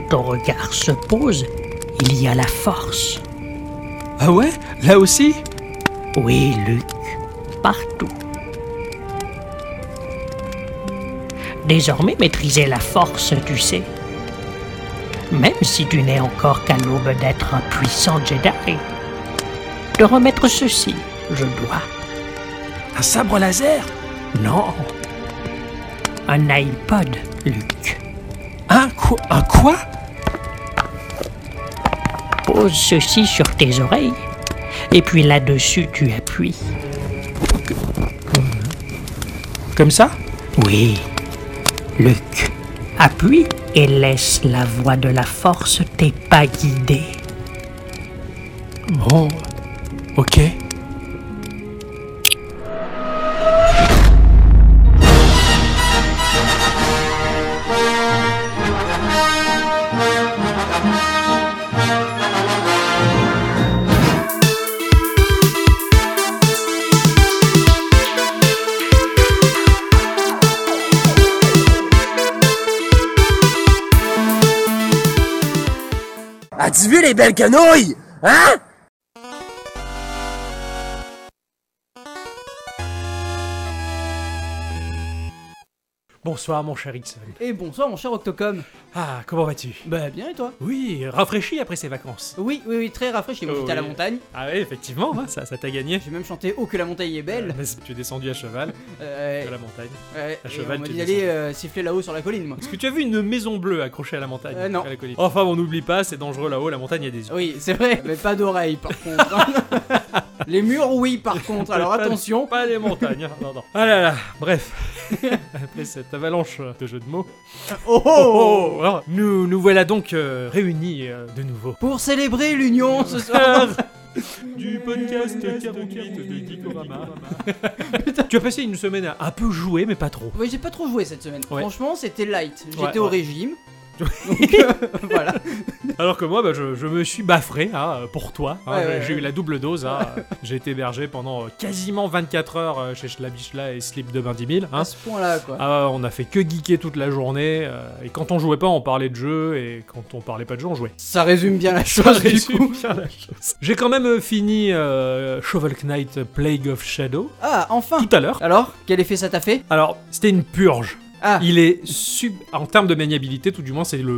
ton regard se pose, il y a la force. Ah ouais? Là aussi? Oui, Luc, partout. Désormais, maîtriser la force, tu sais. Même si tu n'es encore qu'à l'aube d'être un puissant Jedi. De remettre ceci, je dois. Un sabre laser? Non. Un iPod, Luc. Un quoi? Pose ceci sur tes oreilles. Et puis là-dessus, tu appuies. Comme ça? Oui. Luc, appuie et laisse la voix de la force tes pas guider. Bon, ok. As-tu vu les belles quenouilles? Hein? Bonsoir mon cher Ixon. Et bonsoir mon cher Octocom. Ah, comment vas-tu? Bah bien et toi? Oui, rafraîchi après ces vacances. Oui, très rafraîchi, moi j'étais à la montagne. Ah oui, effectivement, hein, ça t'a gagné. J'ai même chanté « Oh que la montagne est belle ». Tu es descendu à cheval, à la montagne. À cheval, on m'a tu dit es d'aller siffler là-haut sur la colline, moi. Est-ce que tu as vu une maison bleue accrochée à la montagne? Non. À la colline. Enfin, on n'oublie pas, c'est dangereux là-haut, la montagne, il y a des yeux. Oui, c'est vrai, mais pas d'oreilles par contre. Hein. Les murs, oui, par contre, alors attention. Pas les montagnes, hein. Non. Ah là là, bref. Après cette avalanche de jeux de mots. Oh, Alors, nous voilà donc réunis de nouveau. Pour célébrer l'union ce soir. Du podcast 48 de Geekorama. Tu as passé une semaine un peu jouée, mais pas trop. Oui, j'ai pas trop joué cette semaine. Ouais. Franchement, c'était light. J'étais Ouais. au régime. Donc, voilà. Alors que moi, je me suis baffré pour toi. Hein, Ouais, j'ai ouais. eu la double dose. Hein. J'ai été hébergé pendant quasiment 24 heures chez Schlabichla et Slip de Bain 10 000. Hein. À ce point-là, quoi. Ah, on a fait que geeker toute la journée. Et quand on jouait pas, on parlait de jeux. Et quand on parlait pas de jeux, on jouait. Ça résume bien la Ça chose, du résume coup. bien la chose. J'ai quand même fini Shovel Knight Plague of Shadow Ah, enfin. tout à l'heure. Alors, quel effet ça t'a fait? Alors, c'était une purge. Ah, Il est en termes de maniabilité, tout du moins, c'est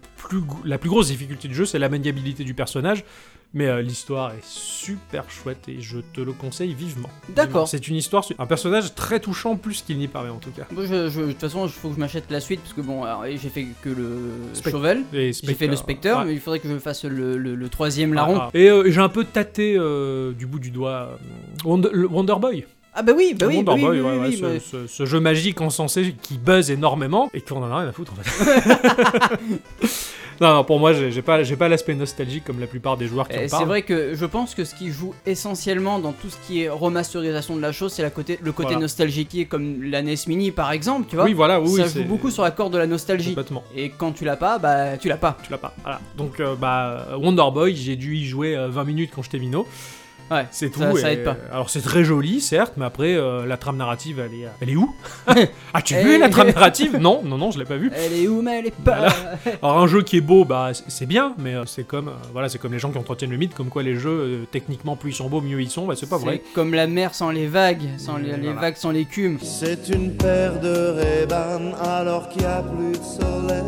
la plus grosse difficulté du jeu, c'est la maniabilité du personnage. Mais l'histoire est super chouette et je te le conseille vivement. D'accord. C'est une histoire, un personnage très touchant, plus qu'il n'y paraît en tout cas. moi, de toute façon, il faut que je m'achète la suite parce que bon, alors, j'ai fait que le Spec- Shovel, Et j'ai fait le Spectre, ouais. mais il faudrait que je fasse le troisième larron. Et j'ai un peu tâté du bout du doigt le Wonder Boy. Ah bah oui, Wonder Boy, ouais, oui, mais- ce jeu magique encensé qui buzz énormément et qu'on en a rien à foutre en fait. non, pour moi, j'ai pas l'aspect nostalgique comme la plupart des joueurs qui en C'est parlent. vrai que je pense que ce qui joue essentiellement dans tout ce qui est remasterisation de la chose, c'est le côté Voilà. nostalgique qui est comme la NES Mini par exemple, tu vois. Oui, voilà, oui, ça c'est joue beaucoup sur la corde de la nostalgie. complètement. Et quand tu l'as pas, bah tu l'as pas. Tu l'as pas. Voilà. Donc, Wonder Boy, j'ai dû y jouer 20 minutes quand j'étais minot. Ouais, C'est tout. ça et- aide pas. Alors, c'est très joli, certes, mais après, la trame narrative, elle est où? As-tu Elle vu la est- trame narrative? Non, je l'ai pas vu. Elle est où, mais elle est pas. Voilà. Alors, un jeu qui est beau, bah, c'est bien, mais c'est comme, c'est comme les gens qui entretiennent le mythe, comme quoi les jeux, techniquement, plus ils sont beaux, mieux ils sont. Bah, c'est pas vrai. C'est comme la mer sans les vagues, sans les Voilà. vagues sans l'écume. C'est une paire de Ray-Ban alors qu'il n'y a plus de soleil.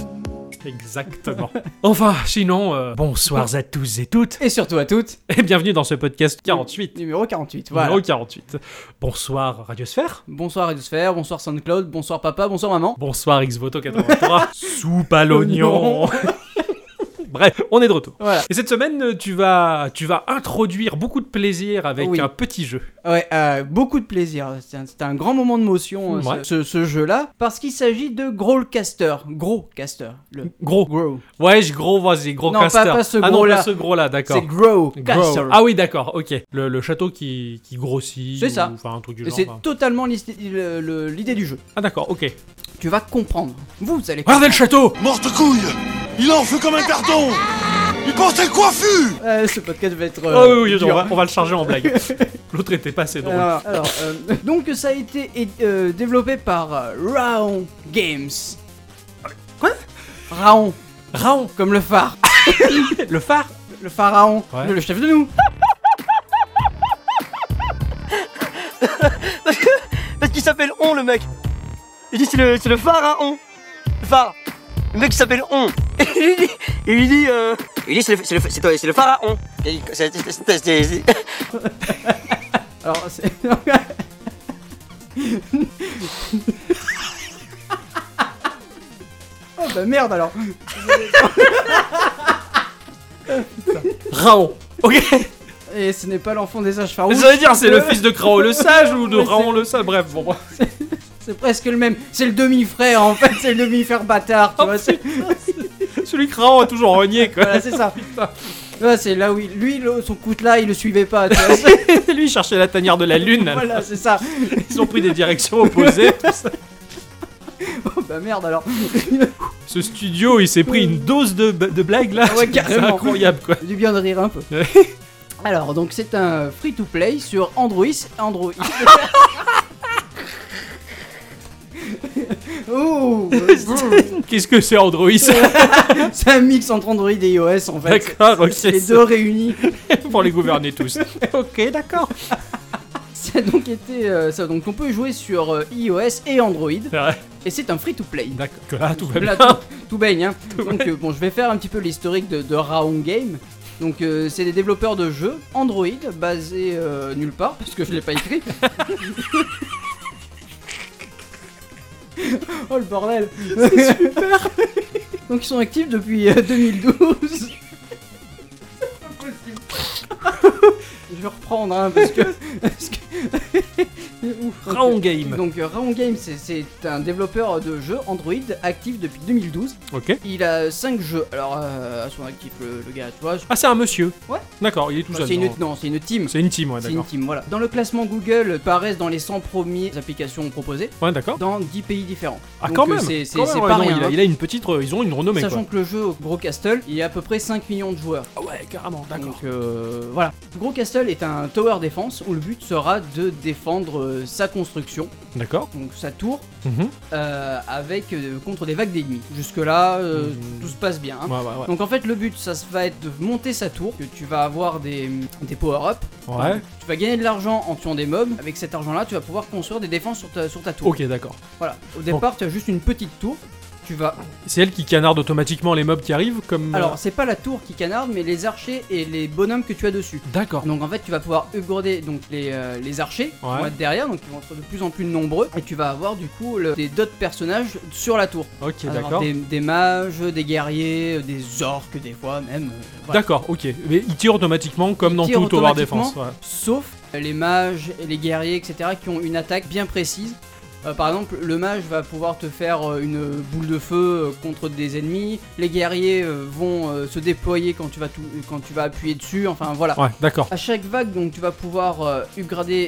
Exactement. Enfin, sinon, bonsoir à tous et toutes, Et surtout à toutes, et bienvenue dans ce podcast 48. numéro 48. Voilà. Numéro 48. Bonsoir Radiosphère. Bonsoir Radiosphère, bonsoir SoundCloud, bonsoir papa, bonsoir maman. Bonsoir Xvoto83. Soupe à l'oignon. Bref, on est de retour. Voilà. Et cette semaine, tu vas introduire beaucoup de plaisir avec Oui. un petit jeu. Ouais, beaucoup de plaisir. C'était un grand moment de motion, Ouais. ce jeu-là, parce qu'il s'agit de Growlcaster. Growcaster. Le Gros. Grow. Ouais, vas-y, gros Non, caster. pas ce Ah non, gros-là. pas ce gros-là, d'accord. C'est Growcaster. Grow. Ah oui, d'accord, ok. Le château qui grossit. C'est ça. ou- Enfin, un truc du Et genre. c'est enfin. totalement l'idée du jeu. Ah d'accord, ok. Tu vas comprendre. Vous allez Regardez le château. Morte couille! Il en feu comme un carton! Il portait le coiffu! Ce podcast va être. Ah oui, dur. on va le charger en blague. L'autre était pas assez drôle. Alors, donc ça a été développé par Raon Games. Quoi? Raon. Raon. Comme le phare. Le phare. Le pharaon. Ouais. Le chef de nous. Parce qu'il s'appelle On, le mec. Il dit c'est le pharaon. Le phare. Le mec s'appelle On. Et il lui dit c'est le pharaon. Et c'est- Alors, c'est. Oh bah merde alors. Raon. Ok. Et ce n'est pas l'enfant des sages farouches. Ça veut dire c'est le fils de Krao le sage ou de Raon le sage. Bref, bon. C'est presque le même. C'est le demi-frère en fait. C'est le demi-frère bâtard. Tu vois. Celui que Raon a toujours renié quoi. Voilà, c'est ça. Ouais, c'est là où lui, son coutelas, il le suivait pas. Tu vois. Lui il cherchait la tanière de la lune. Voilà, c'est ça. Ils ont pris des directions opposées. Tout ça. Oh bah merde alors. Ce studio, il s'est pris une dose de blagues là. Ouais, C'est carrément. incroyable quoi. Du bien de rire un peu. Ouais. Alors, donc c'est un free-to-play sur Android. Oh, Qu'est-ce que c'est Android? c'est un mix entre Android et iOS en fait. D'accord, ok. C'est les deux réunis. Pour les gouverner tous. Ok, d'accord. Ça a donc été, donc on peut jouer sur iOS et Android. C'est vrai. Et c'est un free-to-play. D'accord. Que là, tout va Là, bien. tout baigne. Hein. Donc bon, je vais faire un petit peu l'historique de Raon Game. Donc c'est des développeurs de jeux Android basés nulle part parce que je l'ai pas écrit. Oh le bordel. C'est super. Donc ils sont actifs depuis 2012. Je vais reprendre hein, parce que Ouf. Raon Game. Donc Raon Game c'est un développeur de jeux Android actif depuis 2012. Ok. Il a 5 jeux. Alors à son actif le gars, tu vois. Ah, c'est un monsieur. Ouais. D'accord, il est tout Bah, seul. c'est une, non. non, c'est une team. C'est une team, ouais, C'est une d'accord. team, voilà. Dans le classement Google, paraissent dans les 100 premières applications proposées Ouais, d'accord. dans 10 pays différents. Ah, Donc, quand même. C'est Quand même, ouais, pas non, rien. il a une petite. Ils ont une renommée Sachant quoi. que le jeu Gros Castle, il y a à peu près 5 millions de joueurs. Ah ouais, carrément, d'accord. Donc voilà. Gros Castle est un tower defense où le but sera de défendre sa construction, D'accord. donc sa tour, Mhm. avec contre des vagues d'ennemis. Jusque là, tout se passe bien. Hein. Ouais, ouais, ouais. Donc en fait le but ça va être de monter sa tour, que tu vas avoir des power-up. Ouais. Tu vas gagner de l'argent en tuant des mobs. Avec cet argent là tu vas pouvoir construire des défenses sur ta tour. Ok, d'accord. Voilà. Au départ tu as juste une petite tour. Tu vas. C'est elle qui canarde automatiquement les mobs qui arrivent comme. Alors c'est pas la tour qui canarde mais les archers et les bonhommes que tu as dessus. D'accord. Donc en fait tu vas pouvoir upgrader donc les archers qui vont être derrière, donc ils vont être de plus en plus nombreux, et tu vas avoir du coup d'autres personnages sur la tour. Ok, Alors, d'accord. des mages, des guerriers, des orques des fois même. Voilà. D'accord, ok. Mais il tire automatiquement comme dans tire tout Tower automatiquement. Defense. Ouais. Sauf les mages et les guerriers etc qui ont une attaque bien précise. Par exemple, le mage va pouvoir te faire une boule de feu contre des ennemis. Les guerriers vont se déployer quand tu vas appuyer dessus. Enfin voilà. Ouais, d'accord. À chaque vague, donc tu vas pouvoir upgrader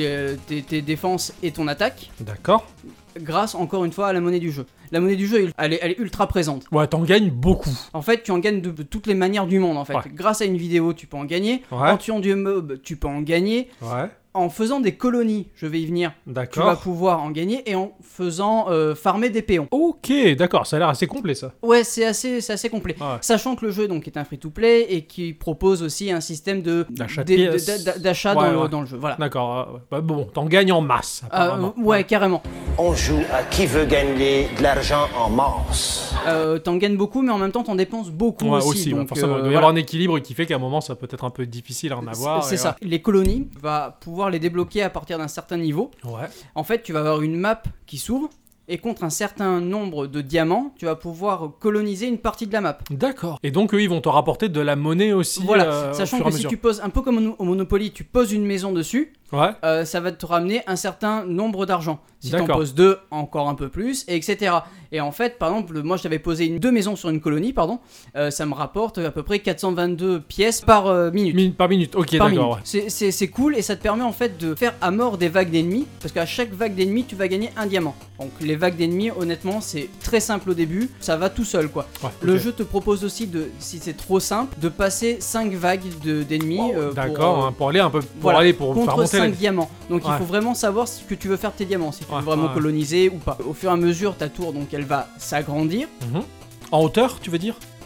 tes défenses et ton attaque D'accord. grâce encore une fois à la monnaie du jeu. La monnaie du jeu, elle est ultra présente. Ouais, t'en gagnes beaucoup. En fait, tu en gagnes de toutes les manières du monde. En fait, Ouais. grâce à une vidéo, tu peux en gagner. Ouais. En tuant du mob, tu peux en gagner. Ouais. En faisant des colonies, je vais y venir. Tu vas D'accord. pouvoir en gagner et en faisant farmer des péons. Ok, d'accord, ça a l'air assez complet ça. Ouais, c'est assez complet. Ouais. Sachant que le jeu donc est un free-to-play et qui propose aussi un système D'achat de pièces. d'achat Ouais, dans, ouais. dans le jeu. Voilà. D'accord, bah, bon, t'en gagnes en masse apparemment. Ouais, carrément. On joue à qui veut gagner de l'argent en masse. T'en gagnes beaucoup, mais en même temps t'en dépenses beaucoup Ouais, aussi. ouais, Donc, forcément, il doit y voilà. avoir un équilibre qui fait qu'à un moment ça peut être un peu difficile à en avoir. C'est et ça. Les colonies, tu vas pouvoir les débloquer à partir d'un certain niveau. Ouais. En fait, tu vas avoir une map qui s'ouvre. Et contre un certain nombre de diamants, tu vas pouvoir coloniser une partie de la map. D'accord. Et donc eux ils vont te rapporter de la monnaie aussi. Voilà, au sachant fur et à que si mesure. tu poses, un peu comme au Monopoly, tu poses une maison dessus, Ouais. ça va te ramener un certain nombre d'argent. Si t'en D'accord. poses 2, encore un peu plus, et etc. Et en fait, par exemple, moi j'avais posé 2 maisons sur une colonie, pardon, ça me rapporte à peu près 422 pièces par minute. Par minute, ok, Par d'accord. minute. C'est cool et ça te permet en fait de faire à mort des vagues d'ennemis, parce qu'à chaque vague d'ennemis tu vas gagner un diamant. Donc les vagues d'ennemis, honnêtement, c'est très simple au début, ça va tout seul quoi. Ouais, Le ok. jeu te propose aussi, si c'est trop simple, de passer 5 vagues d'ennemis. D'accord, hein, pour aller un peu, pour voilà, aller pour faire contre monter 5 la... diamants. Donc il Ouais. faut vraiment savoir ce que tu veux faire de tes diamants, si tu veux Ouais, vraiment ouais. coloniser ou pas. Au fur et à mesure, ta tour, donc elle va s'agrandir. En hauteur, tu veux dire?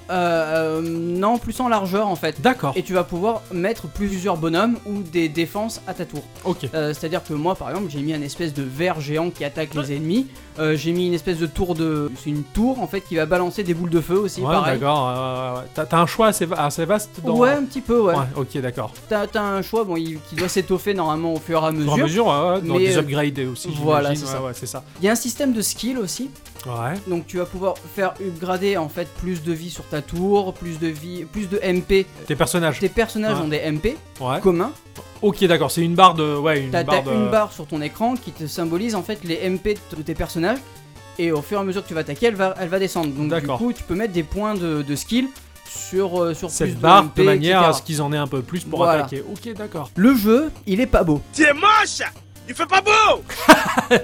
Non, plus en largeur en fait. D'accord. Et tu vas pouvoir mettre plusieurs bonhommes ou des défenses à ta tour. Ok. C'est-à-dire que moi, par exemple, j'ai mis un espèce de ver géant qui attaque les ennemis. J'ai mis une espèce de tour c'est une tour en fait qui va balancer des boules de feu aussi. Ouais, pareil. d'accord. T'as un choix assez vaste dans... Ouais, un petit peu, ouais. Ouais, ok, d'accord. T'as un choix qui doit s'étoffer normalement au fur et à Au mesure. fur et à mesure, dans Mais, des upgrades aussi. voilà, j'imagine. c'est ça. Ouais, c'est ça. Il y a un système de skill aussi. Ouais. Donc tu vas pouvoir faire upgrader en fait plus de vie sur ta tour, plus de vie, plus de MP. Tes personnages. Tes personnages Ouais. ont des MP Ouais. communs. Ok, d'accord. C'est une barre de. Ouais, une T'as barre de. une barre sur ton écran qui te symbolise en fait les MP de tes personnages. Et au fur et à mesure que tu vas attaquer, elle va descendre. Donc du D'accord. coup, tu peux mettre des points de skill sur Cette plus barre MP, de manière etc. à ce qu'ils en aient un peu plus pour Voilà. attaquer. Ok, d'accord. Le jeu, il est pas beau. Tu es moche. Il fait pas beau.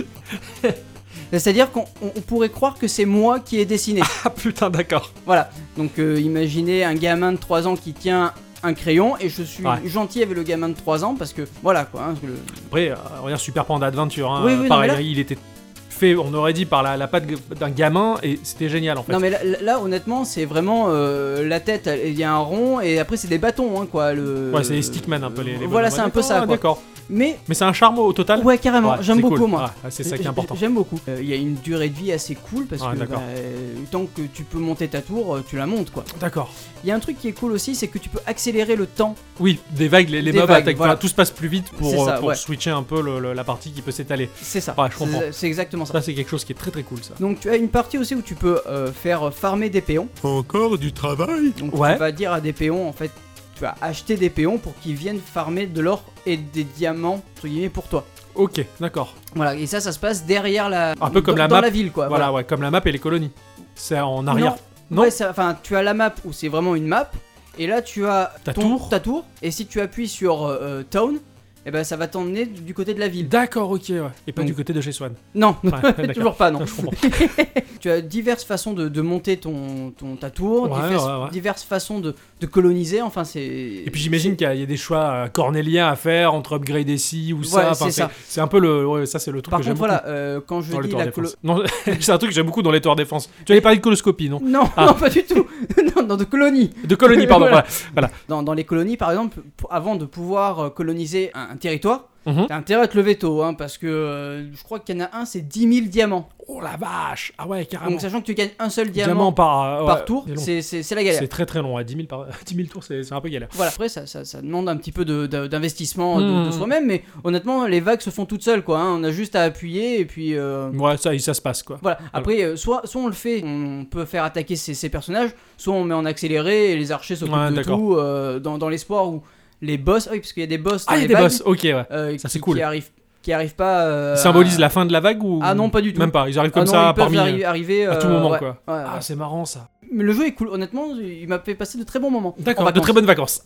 C'est-à-dire qu'on pourrait croire que c'est moi qui ai dessiné. Ah putain, d'accord. Voilà. Donc imaginez un gamin de 3 ans qui tient un crayon et je suis Ouais. gentil avec le gamin de 3 ans parce que voilà quoi. Hein, Après, regarde Super Panda Adventure. Hein, Oui, oui, non, pareil, mais là- il était fait, on aurait dit, par la patte d'un gamin et c'était génial en fait. Non mais là, honnêtement c'est vraiment la tête, il y a un rond et après c'est des bâtons hein, quoi. Ouais, c'est les Stickman un peu les Voilà, bonhommes. c'est un peu ça, Ah, quoi. D'accord. Mais Mais c'est un charme au total. ouais carrément, Ouais, j'aime c'est beaucoup cool. moi. Ouais, c'est ça qui est important. J'aime beaucoup. Il y a une durée de vie assez cool parce Ouais, que d'accord. tant que tu peux monter ta tour, tu la montes quoi. D'accord. Il y a un truc qui est cool aussi, c'est que tu peux accélérer le temps. Oui, des vagues, les Des mobs vagues, attaquent. voilà. Enfin, tout se passe plus vite C'est ça, pour ouais. switcher un peu la partie qui peut s'étaler. C'est ça. Ouais, je comprends. C'est exactement ça. Ça, c'est quelque chose qui est très très cool ça. Donc tu as une partie aussi où tu peux faire farmer des péons. Encore du travail. Donc Ouais. tu vas dire à des péons en fait, tu vas acheter des péons pour qu'ils viennent farmer de l'or et des diamants entre guillemets pour toi. Ok, d'accord. Voilà, et ça se passe derrière la Un peu comme la dans map. la ville quoi. Voilà, ouais, comme la map et les colonies. C'est en arrière. Non. Ouais, enfin tu as la map où c'est vraiment une map et là tu as Ta tour. ta tour et si tu appuies sur town, et ben ça va t'emmener du côté de la ville. D'accord, ok, ouais. Et pas Donc- du côté de chez Swan. Non, Ouais, d'accord. toujours pas non. Je comprends. Tu as diverses façons de monter ta tour, Ouais, ouais. diverses façons de coloniser, enfin c'est... Et puis j'imagine qu'il y a des choix cornéliens à faire entre upgrade ici ou ça. Ouais, Enfin, c'est ça. c'est un peu le. Ouais, ça, c'est le truc Par que j'aime contre beaucoup. voilà, quand je Dans les dis tours la défense. Non, c'est un truc que j'aime beaucoup dans les tours défense. Tu avais parlé de coloscopie, non? Non, Ah. non, pas du tout. Non, dans de colonies. De colonie, pardon. Voilà. Voilà. Dans les colonies, par exemple, avant de pouvoir coloniser un territoire, Mhm. t'as intérêt à te lever tôt, hein, parce que je crois qu'il y en a un, c'est 10 000 diamants. Oh la vache. Ah ouais, carrément. Donc, sachant que tu gagnes un seul Diamant diamant par tour, long. c'est la galère. C'est très très long. À 10 000 tours, c'est un peu galère. Voilà, après, ça demande un petit peu d'investissement Mhm. de soi-même, mais honnêtement, les vagues se font toutes seules, quoi. Hein. On a juste à appuyer et puis. Ouais, ça se passe quoi. Voilà, après, soit on le fait, on peut faire attaquer ces personnages, soit on met en accéléré et les archers s'occupent Ouais, de d'accord. tout, dans l'espoir où les boss, oui, parce qu'il y a des boss dans Ah, il y a les des vagues, boss. Ok, ouais. Ça, c'est cool. qui arrivent pas. Ils symbolisent la fin de la vague ou Ah non, pas du tout. Même pas. Ils arrivent Ah comme non, ça ils peuvent parmi. arriver à tout moment, ouais, quoi. ouais, ouais. Ah, c'est marrant ça. Mais le jeu est cool, honnêtement, il m'a fait passer de très bons moments. D'accord, En de très vacances. bonnes vacances.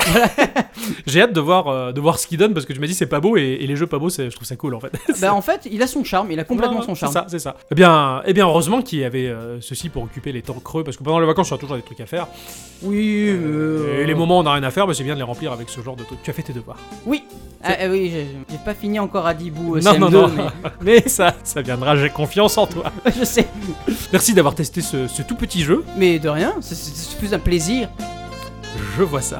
J'ai hâte de voir ce qu'il donne parce que tu m'as dit c'est pas beau et les jeux pas beaux, je trouve ça cool en fait. Bah en fait, il a son charme, il a complètement Ouais, son charme. C'est ça. Eh bien, heureusement qu'il y avait ceci pour occuper les temps creux parce que pendant les vacances, il y a toujours des trucs à faire. Oui, Et les moments où on n'a rien à faire, bah, c'est bien de les remplir avec ce genre de trucs. Tu as fait tes devoirs. Oui. Oui, j'ai pas fini encore à Dibou Non, CM2, non. mais Mais ça viendra, j'ai confiance en toi. je sais. Merci d'avoir testé ce tout petit jeu. Mais de rien, c'est plus un plaisir. Je vois ça.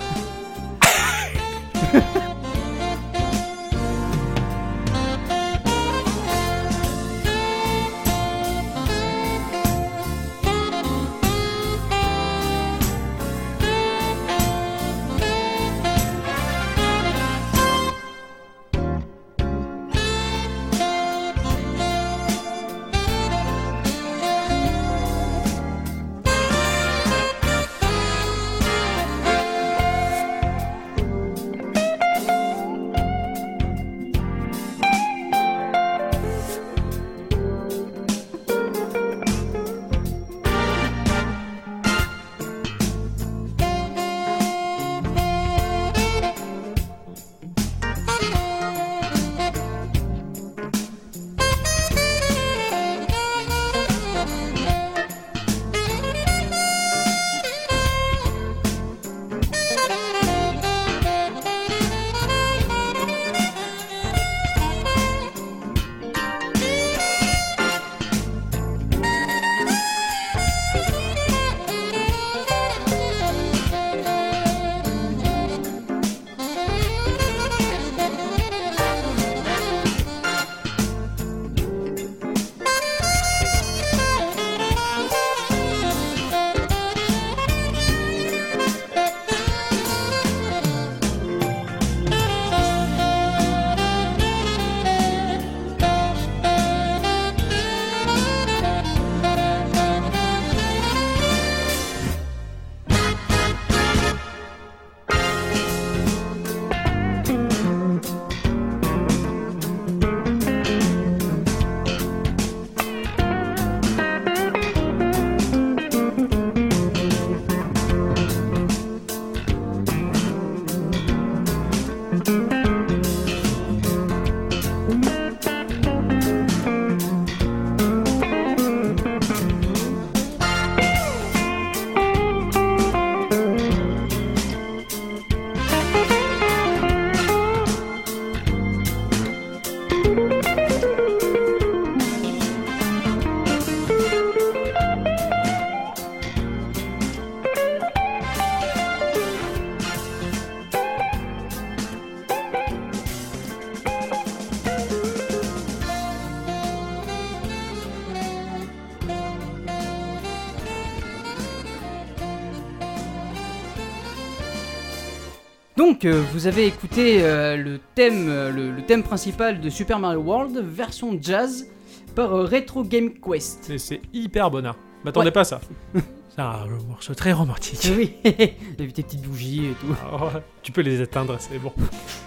Donc, vous avez écouté le thème principal de Super Mario World, version jazz, par Retro Game Quest. Et c'est hyper bonheur. M'attendais pas à ça. C'est un morceau très romantique. Oui, j'ai vu tes petites bougies et tout. Ah ouais, tu peux les éteindre, c'est bon.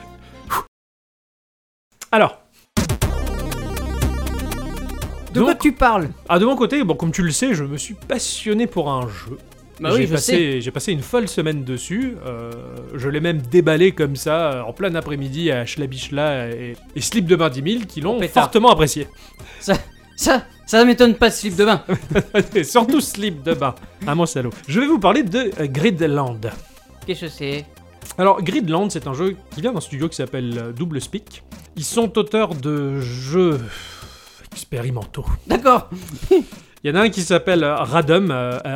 Alors. De quoi tu parles? De mon côté, bon, comme tu le sais, je me suis passionné pour un jeu. Bah oui, je sais. J'ai passé une folle semaine dessus. Je l'ai même déballé comme ça, en plein après-midi à Schlabichla et Slip de bain 10 000 qui l'ont fortement apprécié. Ça m'étonne pas, Slip de bain. Et surtout Slip de bain. Ah, mon salaud. Je vais vous parler de Gridland. Qu'est-ce que c'est? Alors, Gridland, c'est un jeu qui vient d'un studio qui s'appelle Double Speak. Ils sont auteurs de jeux expérimentaux. D'accord. Il y en a un qui s'appelle Radum,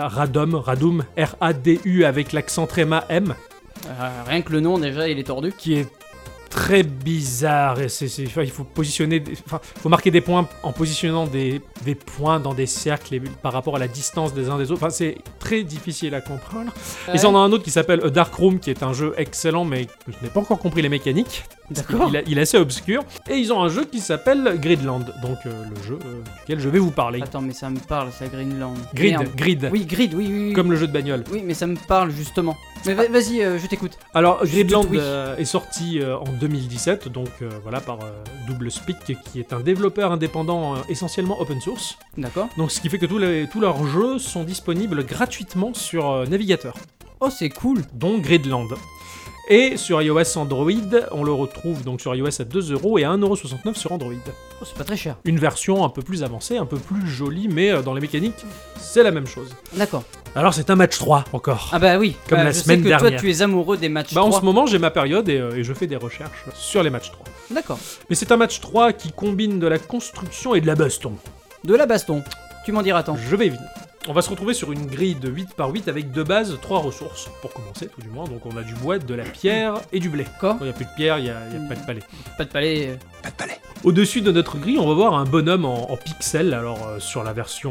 R-A-D-U avec l'accent tréma M. Rien que le nom, déjà, il est tordu. Qui est très bizarre. Et il faut faut marquer des points en positionnant des points dans des cercles par rapport à la distance des uns des autres. Enfin, c'est très difficile à comprendre. Ouais. Ils en ont un autre qui s'appelle A Dark Room, qui est un jeu excellent, mais je n'ai pas encore compris les mécaniques. D'accord. Il est assez obscur. Et ils ont un jeu qui s'appelle Gridland, donc le jeu duquel je vais vous parler. Attends, mais ça me parle, ça, Greenland. Grid. Oui, Grid, oui. Comme le jeu de bagnole. Oui, mais ça me parle justement. Mais vas-y, je t'écoute. Alors, Gridland est sorti en 2017, donc voilà, par Double Speak, qui est un développeur indépendant essentiellement open source. D'accord. Donc, ce qui fait que tous leurs jeux sont disponibles gratuitement sur navigateur. Oh, c'est cool. Dont Gridland. Et sur iOS Android, on le retrouve donc sur iOS à 2€ et à 1,69€ sur Android. Oh, c'est pas très cher. Une version un peu plus avancée, un peu plus jolie, mais dans les mécaniques, c'est la même chose. D'accord. Alors c'est un match 3 encore. Ah bah oui, comme la semaine dernière. Je sais que toi tu es amoureux des matchs 3. En ce moment j'ai ma période et je fais des recherches sur les matchs 3. D'accord. Mais c'est un match 3 qui combine de la construction et de la baston. De la baston. Tu m'en diras tant. Je vais y venir. On va se retrouver sur une grille de 8 par 8 avec de base 3 ressources, pour commencer tout du moins. Donc on a du bois, de la pierre et du blé. Quoi ? Quand il n'y a plus de pierre, il n'y a pas de palais. Pas de palais. Pas de palais. Au-dessus de notre grille, on va voir un bonhomme en pixels. Alors sur la version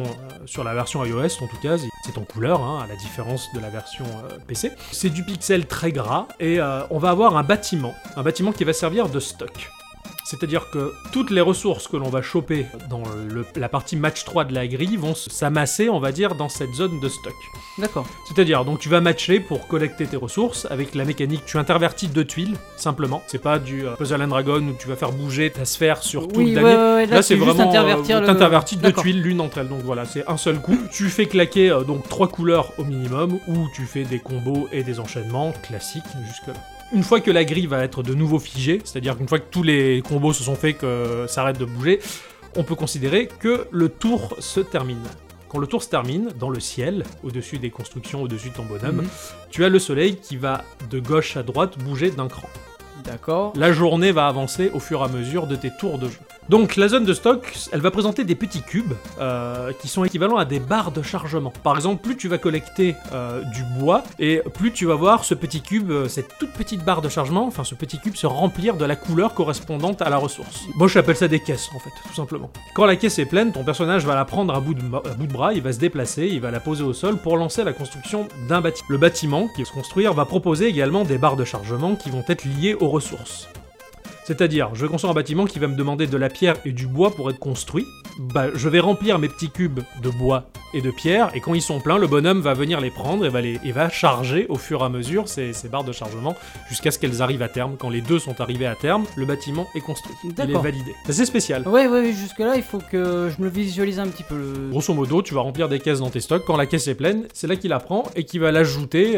iOS en tout cas, c'est en couleur, hein, à la différence de la version PC. C'est du pixel très gras et on va avoir un bâtiment qui va servir de stock. C'est-à-dire que toutes les ressources que l'on va choper dans la partie match 3 de la grille vont s'amasser, on va dire, dans cette zone de stock. D'accord. C'est-à-dire, donc tu vas matcher pour collecter tes ressources avec la mécanique, tu intervertis 2 tuiles, simplement. C'est pas du Puzzle and Dragon où tu vas faire bouger ta sphère sur tout le damier. Ouais, là c'est vraiment t'intervertis 2 tuiles l'une entre elles. Donc voilà, c'est un seul coup. Tu fais claquer donc 3 couleurs au minimum, ou tu fais des combos et des enchaînements classiques jusque-là. Une fois que la grille va être de nouveau figée, c'est-à-dire qu'une fois que tous les combos se sont faits, que ça arrête de bouger, on peut considérer que le tour se termine. Quand le tour se termine, dans le ciel, au-dessus des constructions, au-dessus de ton bonhomme, tu as le soleil qui va de gauche à droite bouger d'un cran. D'accord. La journée va avancer au fur et à mesure de tes tours de jeu. Donc la zone de stock, elle va présenter des petits cubes qui sont équivalents à des barres de chargement. Par exemple, plus tu vas collecter du bois, et plus tu vas voir ce petit cube, cette toute petite barre de chargement, enfin ce petit cube se remplir de la couleur correspondante à la ressource. Moi j'appelle ça des caisses en fait, tout simplement. Quand la caisse est pleine, ton personnage va la prendre à bout de bras, il va se déplacer, il va la poser au sol pour lancer la construction d'un bâtiment. Le bâtiment qui va se construire va proposer également des barres de chargement qui vont être liées aux ressources. C'est-à-dire, je vais construire un bâtiment qui va me demander de la pierre et du bois pour être construit. Je vais remplir mes petits cubes de bois et de pierre, et quand ils sont pleins, le bonhomme va venir les prendre et va charger au fur et à mesure ces barres de chargement jusqu'à ce qu'elles arrivent à terme. Quand les deux sont arrivés à terme, le bâtiment est construit. D'accord. Il est validé. C'est assez spécial. Ouais, jusque-là, il faut que je me le visualise un petit peu. Grosso modo, tu vas remplir des caisses dans tes stocks. Quand la caisse est pleine, c'est là qu'il la prend et qu'il va l'ajouter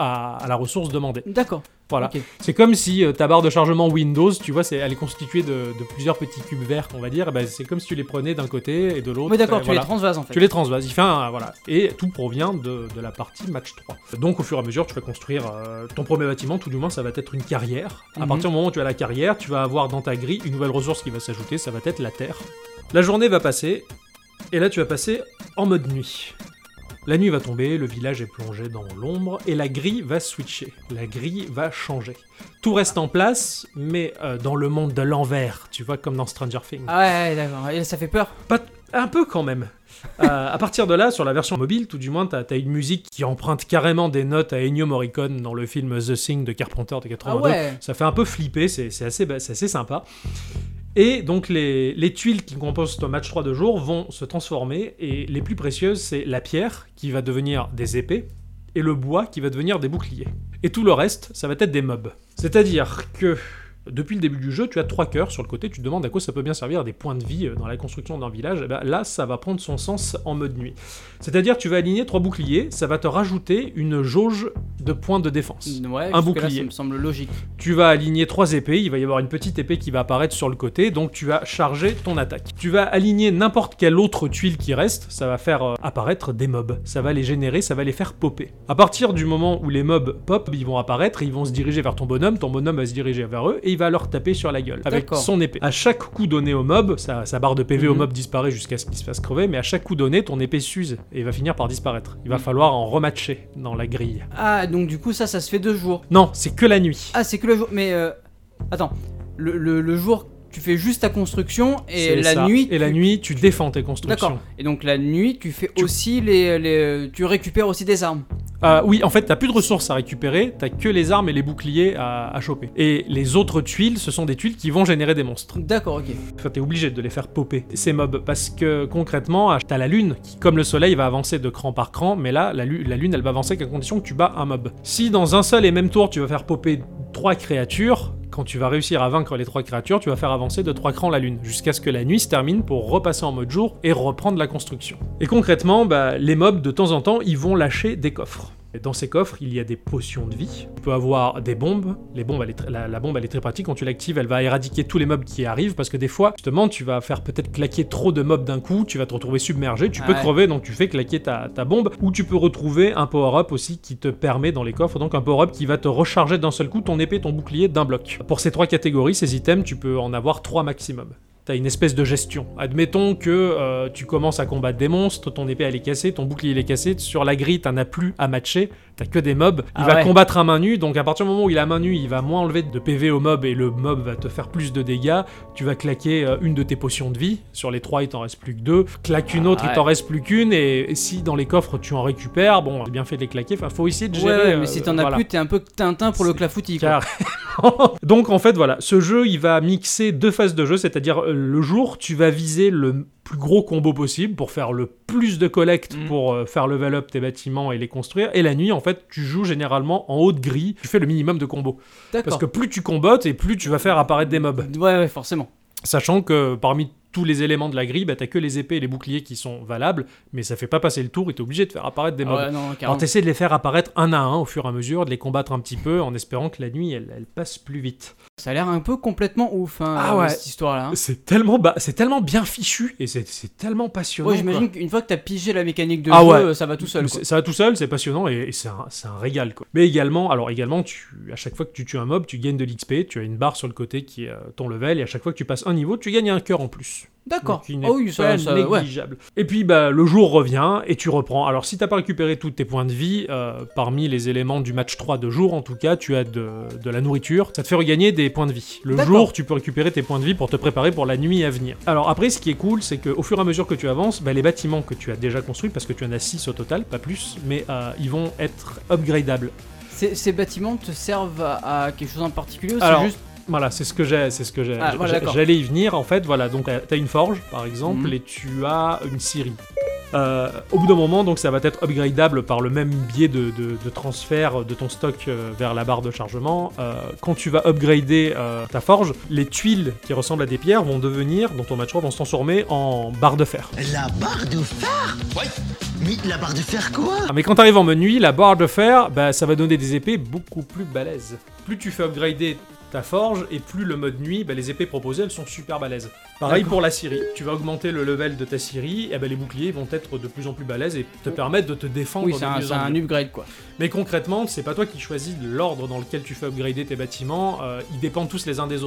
à la ressource demandée. D'accord. Voilà. Okay. C'est comme si ta barre de chargement Windows, tu vois, elle est constituée de plusieurs petits cubes verts, on va dire. C'est comme si tu les prenais d'un côté et de l'autre. Oui, d'accord, tu les transvases en fait. Tu les transvases. Il fait voilà. Et tout provient de la partie match 3. Donc au fur et à mesure, tu vas construire ton premier bâtiment, tout du moins ça va être une carrière. À partir du moment où tu as la carrière, tu vas avoir dans ta grille une nouvelle ressource qui va s'ajouter, ça va être la terre. La journée va passer, et là tu vas passer en mode nuit. La nuit va tomber, le village est plongé dans l'ombre, et la grille va switcher. La grille va changer. Tout reste en place, mais dans le monde de l'envers, tu vois, comme dans Stranger Things. Ah ouais, d'accord. Et ça fait peur ? Un peu quand même. À partir de là, sur la version mobile, tout du moins, t'as une musique qui emprunte carrément des notes à Ennio Morricone dans le film The Thing de Carpenter de 82. Ah ouais. Ça fait un peu flipper, c'est assez sympa. Et donc les tuiles qui composent ton match 3 de jour vont se transformer, et les plus précieuses, c'est la pierre qui va devenir des épées, et le bois qui va devenir des boucliers. Et tout le reste, ça va être des mobs. C'est-à-dire que depuis le début du jeu, tu as 3 cœurs sur le côté, tu te demandes à quoi ça peut bien servir des points de vie dans la construction d'un village. Et ben là, ça va prendre son sens en mode nuit. C'est-à-dire tu vas aligner 3 boucliers, ça va te rajouter une jauge de points de défense. Ouais, un jusque-là, bouclier. ça me semble logique. Tu vas aligner 3 épées, il va y avoir une petite épée qui va apparaître sur le côté, donc tu vas charger ton attaque. Tu vas aligner n'importe quelle autre tuile qui reste, ça va faire apparaître des mobs. Ça va les générer, ça va les faire popper. À partir du moment où les mobs pop, ils vont apparaître et ils vont se diriger vers ton bonhomme va se diriger vers eux et il va leur taper sur la gueule avec son épée. À chaque coup donné au mob, sa barre de PV au mob disparaît jusqu'à ce qu'il se fasse crever, mais à chaque coup donné, ton épée s'use et va finir par disparaître. Il va falloir en rematcher dans la grille. Ah, donc du coup, ça se fait 2 jours. Non, c'est que la nuit. Ah, c'est que le jour. Mais attends, le jour, tu fais juste ta construction et C'est la ça. nuit. Et la nuit, tu défends tes constructions. D'accord. Et donc la nuit, tu fais aussi tu récupères aussi des armes. Oui, en fait, t'as plus de ressources à récupérer, t'as que les armes et les boucliers à choper. Et les autres tuiles, ce sont des tuiles qui vont générer des monstres. D'accord, ok. Enfin, t'es obligé de les faire popper, ces mobs, parce que concrètement, t'as la lune qui, comme le soleil, va avancer de cran par cran, mais là, la lune, elle va avancer qu'à condition que tu bats un mob. Si dans un seul et même tour, tu vas faire popper 3 créatures, quand tu vas réussir à vaincre les 3 créatures, tu vas faire avancer de 3 crans la lune, jusqu'à ce que la nuit se termine pour repasser en mode jour et reprendre la construction. Et concrètement, les mobs, de temps en temps, ils vont lâcher des coffres. Et dans ces coffres, il y a des potions de vie. Tu peux avoir des bombes. Les bombes, la bombe, elle est très pratique. Quand tu l'actives, elle va éradiquer tous les mobs qui arrivent, parce que des fois, justement, tu vas faire peut-être claquer trop de mobs d'un coup, tu vas te retrouver submergé, tu peux crever, donc tu fais claquer ta bombe, ou tu peux retrouver un power-up aussi qui te permet dans les coffres, donc un power-up qui va te recharger d'un seul coup ton épée, ton bouclier d'un bloc. Pour ces 3 catégories, ces items, tu peux en avoir 3 maximum. T'as une espèce de gestion. Admettons que tu commences à combattre des monstres, ton épée elle est cassée, ton bouclier il est cassé, sur la grille t'en as plus à matcher, t'as que des mobs, il va combattre à main nue, donc à partir du moment où il a main nue, il va moins enlever de PV au mob et le mob va te faire plus de dégâts, tu vas claquer une de tes potions de vie, sur les 3 il t'en reste plus que 2, claque une autre, il t'en reste plus qu'une, et si dans les coffres tu en récupères, bon, c'est bien fait de les claquer, enfin faut essayer de gérer... mais si t'en as plus, t'es un peu Tintin pour le clafoutis, quoi. Donc en fait voilà, ce jeu il va mixer 2 phases de jeu, c'est-à-dire le jour tu vas viser le plus gros combo possible pour faire le plus de collecte pour faire level up tes bâtiments et les construire, et la nuit en fait tu joues généralement en haute grille, tu fais le minimum de combos. Parce que plus tu combattes et plus tu vas faire apparaître des mobs. Ouais, forcément. Sachant que parmi tous les éléments de la grille, t'as que les épées et les boucliers qui sont valables, mais ça fait pas passer le tour et t'es obligé de faire apparaître des mobs. Alors t'essaies de les faire apparaître un à un au fur et à mesure, de les combattre un petit peu en espérant que la nuit elle passe plus vite. Ça a l'air un peu complètement ouf, cette histoire-là. C'est tellement bien fichu et c'est tellement passionnant. Ouais, j'imagine qu'une fois que t'as pigé la mécanique de jeu, ça va tout seul. Ça va tout seul, c'est passionnant et c'est un régal, quoi. Mais également, à chaque fois que tu tues un mob, tu gagnes de l'XP, tu as une barre sur le côté qui est ton level, et à chaque fois que tu passes un niveau, tu gagnes un cœur en plus. D'accord. Oui, ça négligeable. Ouais. Et puis le jour revient et tu reprends. Alors si t'as pas récupéré tous tes points de vie, parmi les éléments du match 3 de jour en tout cas, tu as de la nourriture. Ça te fait regagner des points de vie. Le jour, tu peux récupérer tes points de vie pour te préparer pour la nuit à venir. Alors après, ce qui est cool, c'est qu'au fur et à mesure que tu avances, les bâtiments que tu as déjà construits, parce que tu en as 6 au total, pas plus, mais ils vont être upgradables. Ces bâtiments te servent à quelque chose en particulier ou alors, c'est juste... Voilà, c'est ce que j'allais y venir en fait. Voilà, donc t'as une forge par exemple et tu as une scierie. Au bout d'un moment, donc ça va être upgradable par le même biais de transfert de ton stock vers la barre de chargement. Quand tu vas upgrader ta forge, les tuiles qui ressemblent à des pierres vont devenir, dans ton match 3, vont se transformer en barre de fer. La barre de fer ? Oui. Mais la barre de fer quoi ? Mais quand t'arrives en mode nuit, la barre de fer, ça va donner des épées beaucoup plus balèzes. Plus tu fais upgrader ta forge, et plus le mode nuit, les épées proposées, elles sont super balèzes. Pareil pour la scierie. Tu vas augmenter le level de ta scierie, et les boucliers vont être de plus en plus balèzes et te permettre de te défendre. Oui, c'est un upgrade, quoi. Mais concrètement, c'est pas toi qui choisis l'ordre dans lequel tu fais upgrader tes bâtiments, ils dépendent tous les uns des autres.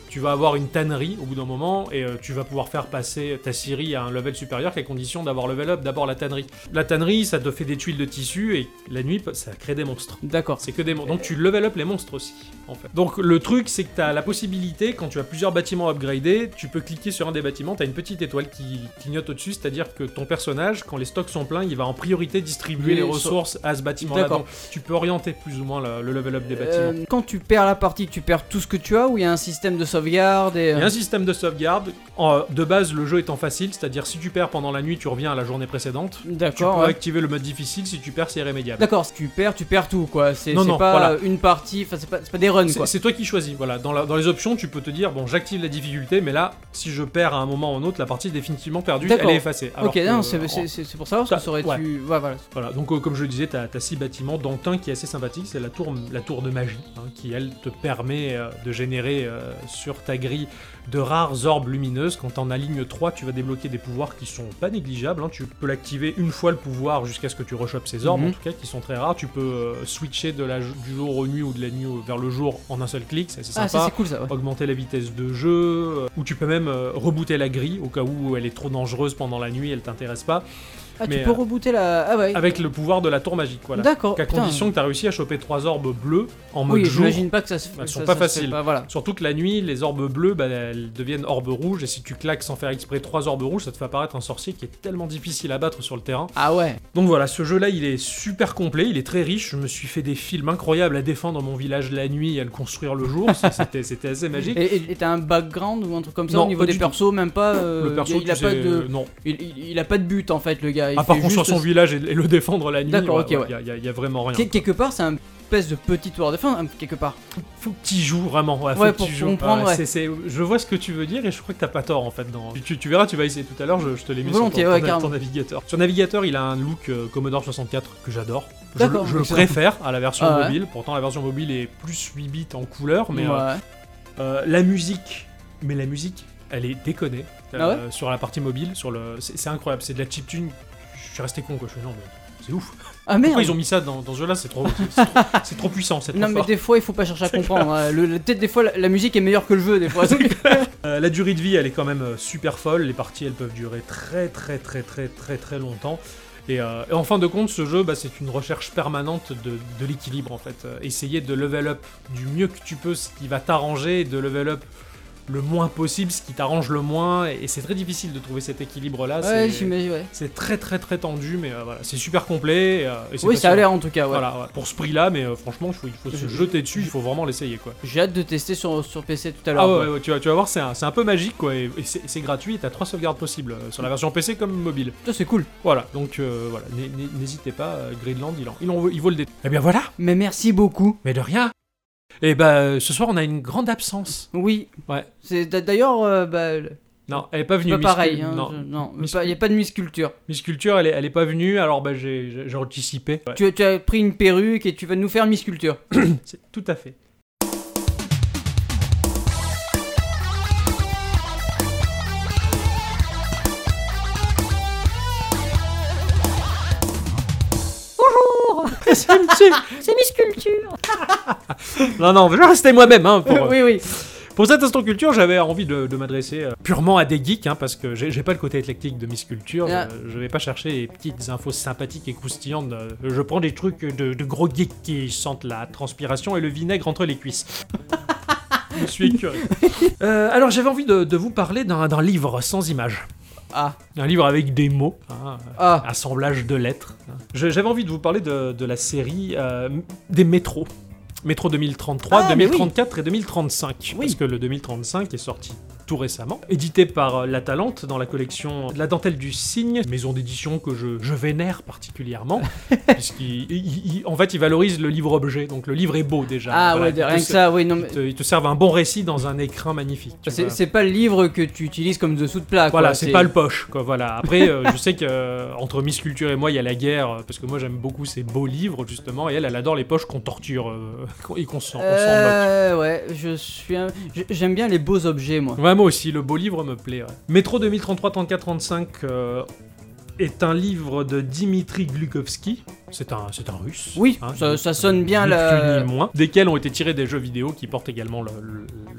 tu vas avoir une tannerie au bout d'un moment et tu vas pouvoir faire passer ta scierie à un level supérieur qu'à condition d'avoir level up d'abord la tannerie. La tannerie, ça te fait des tuiles de tissu et la nuit, ça crée des monstres. D'accord. C'est que des monstres. Donc tu level up les monstres aussi, en fait. Donc le truc, c'est que tu as la possibilité, quand tu as plusieurs bâtiments upgradés, tu peux cliquer sur un des bâtiments, tu as une petite étoile qui clignote au-dessus, c'est-à-dire que ton personnage, quand les stocks sont pleins, il va en priorité distribuer les ressources à ce bâtiment-là. D'accord. Donc tu peux orienter plus ou moins le level up des bâtiments. Quand tu perds la partie, tu perds tout ce que tu as ou il y a un système de sauvegarde et... Il y a un système de sauvegarde. De base, le jeu étant facile, c'est-à-dire si tu perds pendant la nuit, tu reviens à la journée précédente. D'accord. Tu peux activer le mode difficile, si tu perds, c'est irrémédiable. D'accord, si tu perds tout quoi. C'est Non, pas voilà. une partie, enfin c'est pas des runs quoi. C'est toi qui choisis, voilà. Dans les options, tu peux te dire, bon, j'active la difficulté, mais là, si je perds à un moment ou un autre, la partie est définitivement perdue, D'accord. elle est effacée. Alors Ok, que, non, c'est pour ça, parce que ça aurait ouais. pu... Ouais, voilà. Voilà, donc comme je le disais, t'as 6 bâtiments, dont un qui est assez sympathique, c'est la tour de magie, hein, qui elle te permet de générer sur ta grille de rares orbes lumineuses. Quand t'en alignes 3, tu vas débloquer des pouvoirs qui sont pas négligeables, hein. Tu peux l'activer une fois le pouvoir jusqu'à ce que tu rechopes ces orbes, en tout cas, qui sont très rares. Tu peux switcher du jour aux nuits ou de la nuit vers le jour en un seul clic, c'est assez sympa. Ah, ça c'est cool ça, ouais. Augmenter la vitesse de jeu, ou tu peux même rebooter la grille au cas où elle est trop dangereuse pendant la nuit, elle t'intéresse pas. Ah, Mais, tu peux rebooter la... Ah ouais. Avec le pouvoir de la tour magique, voilà. D'accord. Qu'à putain. condition que tu as réussi à choper 3 orbes bleus en mode Oui, jour. j'imagine pas que ça se Elles sont ça- pas ça se fait faciles. pas, voilà. Surtout que la nuit, les orbes bleus, elles deviennent orbes rouges, et si tu claques sans faire exprès 3 orbes rouges, ça te fait apparaître un sorcier qui est tellement difficile à battre sur le terrain. Ah ouais. Donc voilà, ce jeu-là, il est super complet, il est très riche. Je me suis fait des films incroyables à défendre mon village la nuit et à le construire le jour. C'était assez magique. Et t'as un background ou un truc comme ça Non, au niveau pas des du persos, même pas... Le perso, il a tu pas sais, de... non. Il a pas de but en fait, le gars. Il À part fait construire juste... son village et le défendre la nuit, D'accord, ok, ouais. y a vraiment rien. Quelque part, c'est un espèce de petit tour de fin, quelque part. Faut que tu joues vraiment, faut Ouais, que pour tu joues. comprendre, ouais. Je vois ce que tu veux dire et je crois que t'as pas tort en fait. Tu verras, tu vas essayer tout à l'heure, je te l'ai mis Volontiers, sur ouais, ton carrément. navigateur. Sur navigateur, il a un look Commodore 64 que j'adore. D'accord, Je le excellent. préfère à la version Ah ouais. mobile, pourtant la version mobile est plus 8 bits en couleur, mais Ouais. la musique, elle est déconnée Ah ouais sur la partie mobile, c'est incroyable, c'est de la chiptune. Je suis resté con quoi, je fais non mais c'est ouf. Ah merde. Pourquoi ils ont mis ça dans ce jeu-là? C'est trop puissant, c'est trop Non mais fort. des fois il faut pas chercher à comprendre, hein. Peut-être des fois la musique est meilleure que le jeu des fois. La durée de vie, elle est quand même super folle. Les parties, elles peuvent durer très longtemps. Et en fin de compte, ce jeu, c'est une recherche permanente de l'équilibre en fait. Essayer de level up du mieux que tu peux ce qui va t'arranger, et de level up le moins possible ce qui t'arrange le moins. Et c'est très difficile de trouver cet équilibre-là. Ouais, j'imagine, ouais. C'est très tendu, mais voilà, c'est super complet. Et c'est Oui, ça a passionnant. l'air en tout cas, ouais. Voilà, ouais. Pour ce prix-là, mais franchement, il faut se jeter dessus, il faut vraiment l'essayer quoi. J'ai hâte de tester sur PC tout à l'heure. Ah quoi. ouais, tu vas voir, c'est un peu magique quoi, et c'est gratuit, et t'as 3 sauvegardes possibles sur la version PC comme mobile. Ça c'est cool. Voilà, donc voilà, n'hésitez pas, Greenland, il vaut le détour. Eh bien voilà, Mais merci beaucoup. mais de rien. Et ce soir on a une grande absence. Oui. Ouais. C'est d'ailleurs Non, elle est pas venue. pas pareil. Hein, Non, non, il y a pas de Miss Culture. Miss Culture, elle est pas venue, alors j'ai anticipé. Ouais. Tu as pris une perruque et tu vas nous faire Miss Culture. C'est tout à fait. C'est Miss Culture. Non, je vais rester moi-même. Hein, oui. Pour cet instant culture, j'avais envie de m'adresser purement à des geeks, hein, parce que j'ai pas le côté éclectique de Miss Culture. Ah. Je vais pas chercher les petites infos sympathiques et croustillantes. Je prends des trucs de gros geeks qui sentent la transpiration et le vinaigre entre les cuisses. Je suis écœuré. Alors j'avais envie de vous parler d'un livre sans images. Ah. Un livre avec des mots, hein, Ah. assemblage de lettres. J'avais envie de vous parler de la série des métros. Métro 2033, Ah, mais 2034 et 2035. Oui. Parce que le 2035 est sorti tout récemment. Édité par La Talente dans la collection La Dentelle du Cygne, maison d'édition que je vénère particulièrement. En fait, il valorise le livre-objet. Donc le livre est beau déjà. Ah Voilà, ouais, rien que ça, oui. Non, mais... Ils te servent un bon récit dans un écrin magnifique. tu vois. C'est pas le livre que tu utilises comme dessous de plat. Voilà, quoi. c'est pas le poche, quoi, voilà. Après, je sais que entre Miss Culture et moi, il y a la guerre, parce que moi j'aime beaucoup ces beaux livres, justement, et elle adore les poches qu'on torture et qu'on s'en moque. Ouais, j'aime bien les beaux objets, moi. Ouais, moi aussi, le beau livre me plaît. Ouais. Métro 2033-34-35 est un livre de Dimitri Glukovski. C'est un russe. Oui, hein, ça sonne bien ni la... plus ni moins, desquels ont été tirés des jeux vidéo qui portent également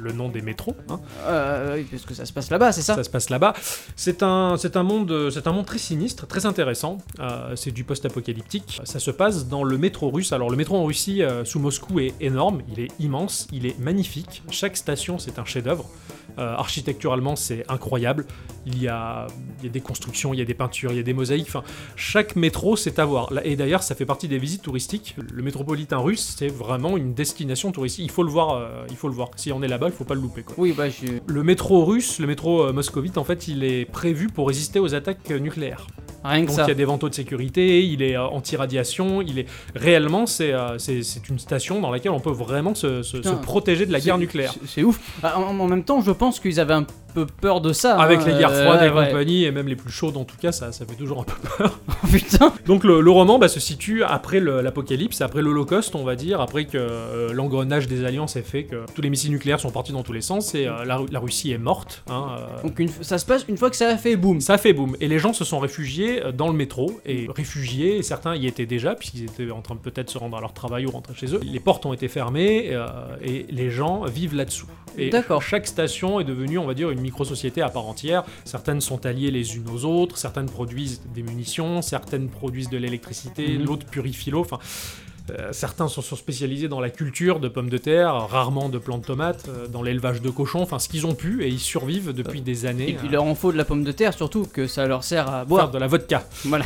le nom des métros. Hein. Oui, parce que ça se passe là-bas, c'est ça? Ça se passe là-bas. C'est un monde très sinistre, très intéressant. C'est du post-apocalyptique. Ça se passe dans le métro russe. Alors le métro en Russie, sous Moscou, est énorme. Il est immense, il est magnifique. Chaque station, c'est un chef-d'œuvre. Architecturalement, c'est incroyable. Il y a des constructions, il y a des peintures, il y a des mosaïques. Enfin, chaque métro, c'est à voir. Et d'ailleurs, ça fait partie des visites touristiques. Le métropolitain russe, c'est vraiment une destination touristique. Il faut le voir. Si on est là-bas, il faut pas le louper, quoi. Oui, Le métro russe, le métro moscovite, en fait, il est prévu pour résister aux attaques nucléaires. Rien que Donc ça. il y a des vantaux de sécurité, il est anti-radiation, il est réellement c'est une station dans laquelle on peut vraiment se protéger de la guerre nucléaire. C'est ouf. En même temps, je pense qu'ils avaient un peu peur de ça. Avec les guerres froides et ouais. compagnie, et même les plus chaudes en tout cas, ça fait toujours un peu peur. Oh, putain. Donc le roman se situe après l'apocalypse, après l'Holocauste, on va dire, après que l'engrenage des alliances est fait, que tous les missiles nucléaires sont partis dans tous les sens, et la Russie est morte. Donc ça se passe une fois que ça a fait boum. Ça fait boum. Et les gens se sont réfugiés dans le métro, et réfugiés, certains y étaient déjà, puisqu'ils étaient en train de peut-être se rendre à leur travail ou rentrer chez eux. Les portes ont été fermées, et les gens vivent là-dessous. Et D'accord. chaque station est devenue, on va dire, une micro-société à part entière. Certaines sont alliées les unes aux autres, certaines produisent des munitions, certaines produisent de l'électricité, l'autre purifie l'eau, enfin... certains sont spécialisés dans la culture de pommes de terre, rarement de plantes de tomates, dans l'élevage de cochons, enfin ce qu'ils ont pu, et ils survivent depuis des années. Et puis il leur en faut de la pomme de terre, surtout que ça leur sert à boire. Faire de la vodka. Voilà.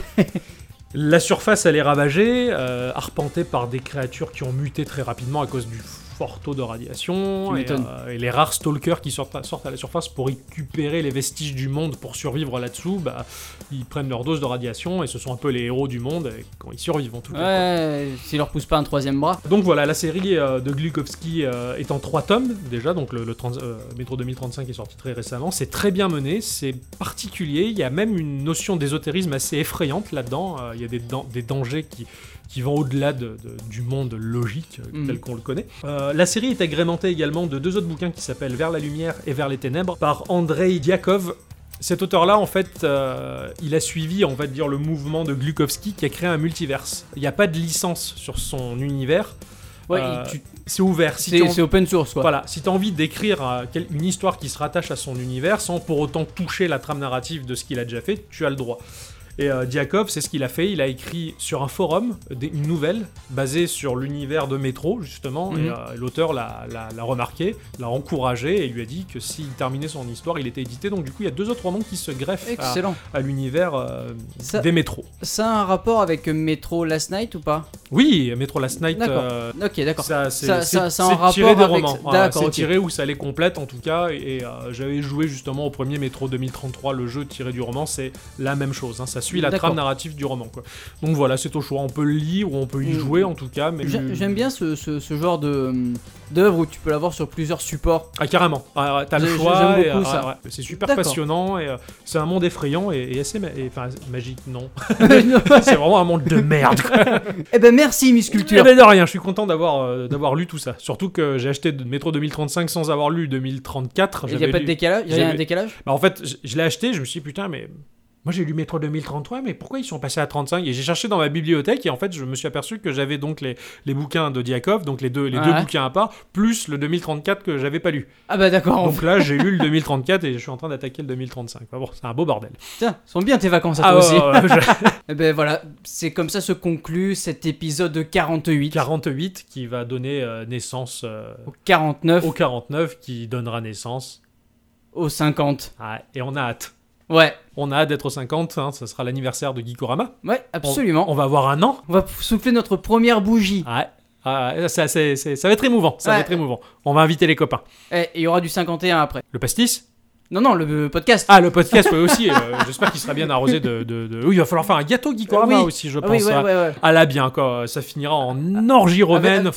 La surface, elle est ravagée, arpentée par des créatures qui ont muté très rapidement à cause du fort taux de radiation, Tu m'étonnes. et les rares stalkers qui sortent à la surface pour récupérer les vestiges du monde pour survivre là-dessous, ils prennent leur dose de radiation et ce sont un peu les héros du monde quand ils survivent en tout cas. Ouais, s'il leur pousse pas un troisième bras. Donc voilà, la série de Glukhovsky est en 3 tomes déjà, donc le Métro 2035 est sorti très récemment, c'est très bien mené, c'est particulier, il y a même une notion d'ésotérisme assez effrayante là-dedans, il y a des dangers qui vont au-delà du monde logique tel qu'on le connaît. La série est agrémentée également de 2 autres bouquins qui s'appellent Vers la lumière et Vers les ténèbres par Andrei Diakov. Cet auteur-là, en fait, il a suivi, on va dire, le mouvement de Glukhovsky qui a créé un multiverse. Il n'y a pas de licence sur son univers. Ouais, c'est ouvert. c'est open source, quoi. Voilà, si tu as envie d'écrire une histoire qui se rattache à son univers sans pour autant toucher la trame narrative de ce qu'il a déjà fait, tu as le droit. Et Diakov, c'est ce qu'il a fait, il a écrit sur un forum une nouvelle basée sur l'univers de Métro, justement, et l'auteur l'a remarqué, l'a encouragé, et lui a dit que s'il terminait son histoire, il était édité, donc du coup il y a 2 autres romans qui se greffent à l'univers des Métros. Ça a un rapport avec Metro Last Night ou pas? Oui, Metro Last Night, ok, d'accord. c'est en rapport tiré des avec... romans, D'accord, c'est ok. tiré où ça les complète en tout cas, et j'avais joué justement au premier Métro 2033, le jeu tiré du roman, c'est la même chose, ça suit la trame narrative du roman, quoi. Donc voilà, c'est au choix, on peut le lire ou on peut y jouer en tout cas. Mais j'aime bien ce genre d'œuvre où tu peux l'avoir sur plusieurs supports. Ah carrément, t'as le choix. J'aime beaucoup ça. C'est super passionnant et c'est un monde effrayant et assez magique, non. C'est vraiment un monde de merde. Eh ben merci Miss Culture. Eh ben de rien, je suis content d'avoir lu tout ça. Surtout que j'ai acheté Métro 2035 sans avoir lu 2034. Il n'y a pas de décalage? Il y a un décalage? En fait, je l'ai acheté, je me suis dit putain mais... Moi j'ai lu Métro 2033, mais pourquoi ils sont passés à 35? Et j'ai cherché dans ma bibliothèque et en fait je me suis aperçu que j'avais donc les bouquins de Diakov, donc les deux bouquins à part, plus le 2034 que j'avais pas lu. Ah bah d'accord. Donc là j'ai lu le 2034 et je suis en train d'attaquer le 2035. Enfin bon, c'est un beau bordel. Tiens, sont bien tes vacances à toi aussi. Ouais, Et ben voilà, c'est comme ça se conclut cet épisode 48. 48 qui va donner naissance au 49. Au 49 qui donnera naissance au 50. Ah, et on a hâte. Ouais. On a hâte d'être au 50, ça sera l'anniversaire de Geekorama. Ouais, absolument. On va avoir un an. On va souffler notre première bougie. Ouais. Ça va être émouvant, va être émouvant. On va inviter les copains. Et il y aura du 51 après. Le pastis? Non, le podcast. Ah, le podcast, oui, aussi. J'espère qu'il sera bien arrosé de... Oui, il va falloir faire un gâteau Geekorama aussi, je pense. Oui, ouais. À la bien, quoi. Ça finira en orgie romaine,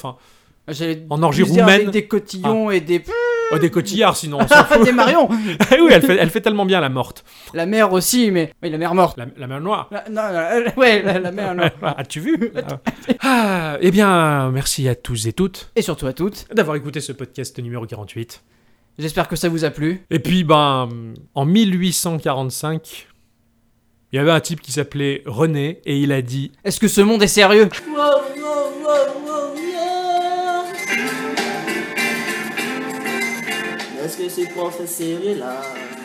en orgie roumaine. Avec des cotillons et des... Des cotillards, sinon, on s'en fout. Des marions. Oui, elle fait tellement bien, la morte. La mère aussi, mais... Oui, la mère morte. La mère noire. La mère noire. As-tu vu? Eh bien, merci à tous et toutes. Et surtout à toutes. D'avoir écouté ce podcast numéro 48. J'espère que ça vous a plu. Et puis, en 1845, il y avait un type qui s'appelait René, et il a dit... Est-ce que ce monde est sérieux? Est-ce que ce professeur est là?